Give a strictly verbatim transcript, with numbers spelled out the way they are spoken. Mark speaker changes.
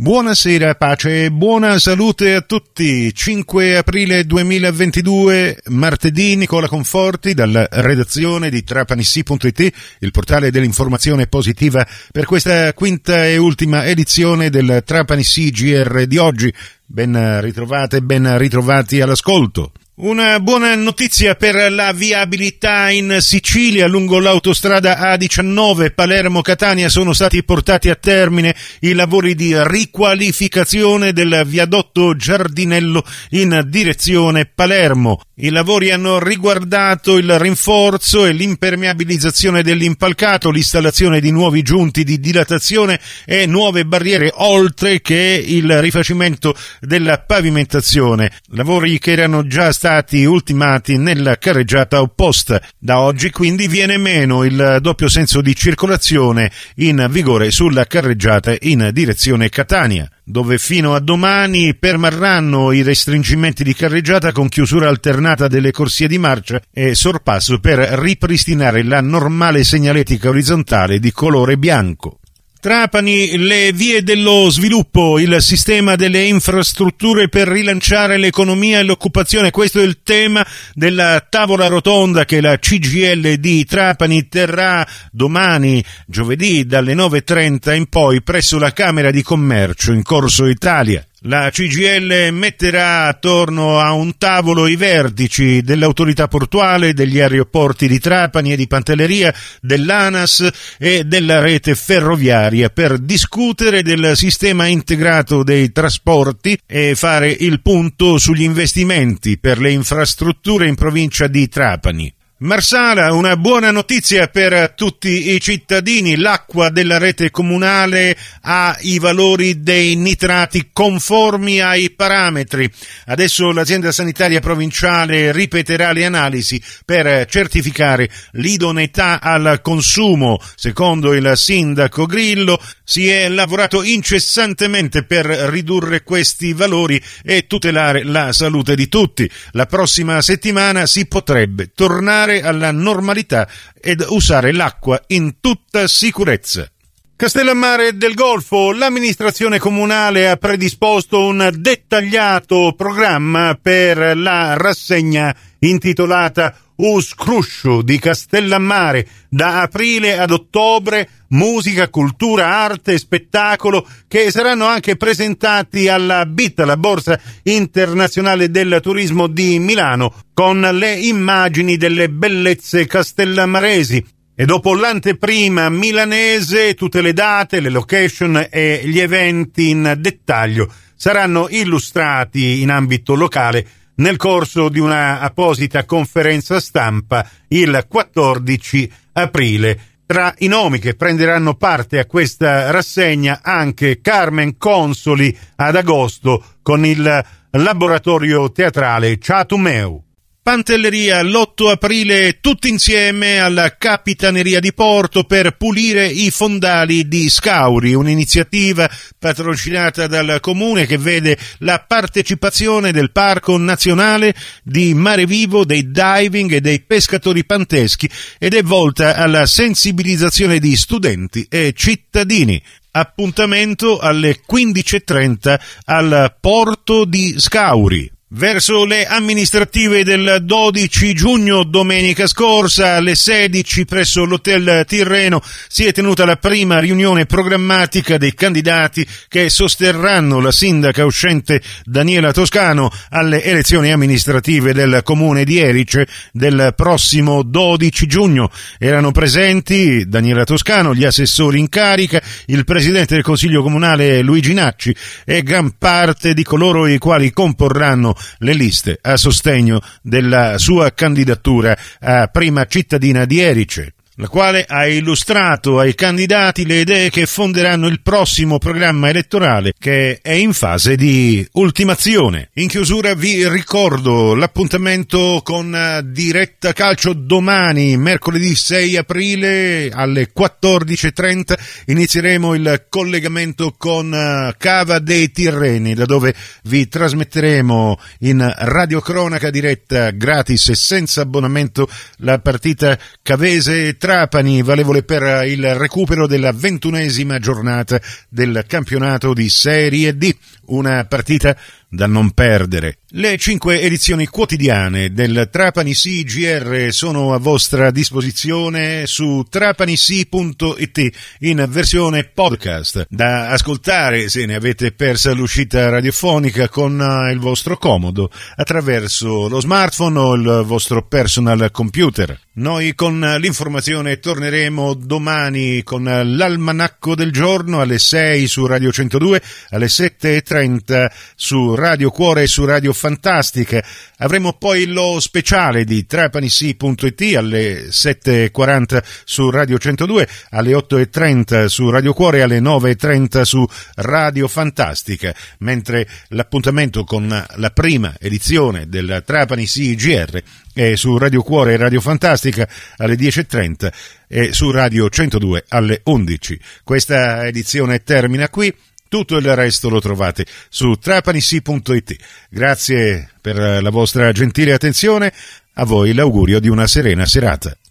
Speaker 1: Buonasera, pace e buona salute a tutti. cinque aprile duemilaventidue, martedì, Nicola Conforti dalla redazione di Trapanissi punto it, il portale dell'informazione positiva, per questa quinta e ultima edizione del Trapanissi G R di oggi. Ben ritrovate, ben ritrovati all'ascolto. Una buona notizia per la viabilità in Sicilia. Lungo l'autostrada A diciannove Palermo-Catania sono stati portati a termine i lavori di riqualificazione del viadotto Giardinello in direzione Palermo. I lavori hanno riguardato il rinforzo e l'impermeabilizzazione dell'impalcato, l'installazione di nuovi giunti di dilatazione e nuove barriere, oltre che il rifacimento della pavimentazione. Lavori che erano già stati ultimati nella carreggiata opposta. Da oggi quindi viene meno il doppio senso di circolazione in vigore sulla carreggiata in direzione Catania, dove fino a domani permarranno i restringimenti di carreggiata con chiusura alternata delle corsie di marcia e sorpasso per ripristinare la normale segnaletica orizzontale di colore bianco. Trapani, le vie dello sviluppo, il sistema delle infrastrutture per rilanciare l'economia e l'occupazione. Questo è il tema della tavola rotonda che la C G I L di Trapani terrà domani, giovedì, dalle nove e trenta in poi presso la Camera di Commercio in Corso Italia. La C G I L metterà attorno a un tavolo i vertici dell'autorità portuale, degli aeroporti di Trapani e di Pantelleria, dell'ANAS e della rete ferroviaria per discutere del sistema integrato dei trasporti e fare il punto sugli investimenti per le infrastrutture in provincia di Trapani. Marsala, una buona notizia per tutti i cittadini. L'acqua della rete comunale ha i valori dei nitrati conformi ai parametri. Adesso l'azienda sanitaria provinciale ripeterà le analisi per certificare l'idoneità al consumo. Secondo il sindaco Grillo, si è lavorato incessantemente per ridurre questi valori e tutelare la salute di tutti. La prossima settimana si potrebbe tornare alla normalità ed usare l'acqua in tutta sicurezza. Castellammare del Golfo, l'amministrazione comunale ha predisposto un dettagliato programma per la rassegna intitolata Uscruscio di Castellammare. Da aprile ad ottobre, musica, cultura, arte e spettacolo che saranno anche presentati alla B I T, la Borsa Internazionale del Turismo di Milano, con le immagini delle bellezze castellammaresi. E dopo l'anteprima milanese, tutte le date, le location e gli eventi in dettaglio saranno illustrati in ambito locale nel corso di una apposita conferenza stampa il quattordici aprile. Tra i nomi che prenderanno parte a questa rassegna anche Carmen Consoli ad agosto con il laboratorio teatrale Ciatumeu. Pantelleria, l'otto aprile, tutti insieme alla Capitaneria di Porto per pulire i fondali di Scauri, un'iniziativa patrocinata dal Comune che vede la partecipazione del Parco Nazionale di Mare Vivo, dei diving e dei pescatori panteschi ed è volta alla sensibilizzazione di studenti e cittadini. Appuntamento alle quindici e trenta al Porto di Scauri. Verso le amministrative del dodici giugno, domenica scorsa, alle sedici presso l'Hotel Tirreno si è tenuta la prima riunione programmatica dei candidati che sosterranno la sindaca uscente Daniela Toscano alle elezioni amministrative del comune di Erice del prossimo dodici giugno. Erano presenti Daniela Toscano, gli assessori in carica, il presidente del Consiglio Comunale Luigi Nacci e gran parte di coloro i quali comporranno le liste a sostegno della sua candidatura a prima cittadina di Erice. la quale ha illustrato ai candidati le idee che fonderanno il prossimo programma elettorale, che è in fase di ultimazione. In chiusura vi ricordo l'appuntamento con Diretta Calcio domani, mercoledì sei aprile alle quattordici e trenta. Inizieremo il collegamento con Cava dei Tirreni, da dove vi trasmetteremo in radiocronaca diretta gratis e senza abbonamento la partita Cavese Trapani, valevole per il recupero della ventunesima giornata del campionato di Serie D, una partita da non perdere. Le cinque edizioni quotidiane del Trapani Sì G R sono a vostra disposizione su trapanisi punto it in versione podcast, da ascoltare se ne avete persa l'uscita radiofonica con il vostro comodo attraverso lo smartphone o il vostro personal computer. Noi con l'informazione torneremo domani con l'almanacco del giorno alle sei su Radio centodue, alle sette e trenta su Radio Cuore e su Radio Fantastica. Avremo poi lo speciale di trapanisi punto it alle sette e quaranta su Radio centodue, alle otto e trenta su Radio Cuore e alle nove e trenta su Radio Fantastica, mentre l'appuntamento con la prima edizione del Trapani Sì G R è su Radio Cuore e Radio Fantastica alle dieci e trenta e su Radio centodue alle undici. Questa edizione termina qui. Tutto il resto lo trovate su trapanisi punto it. Grazie per la vostra gentile attenzione, a voi l'augurio di una serena serata.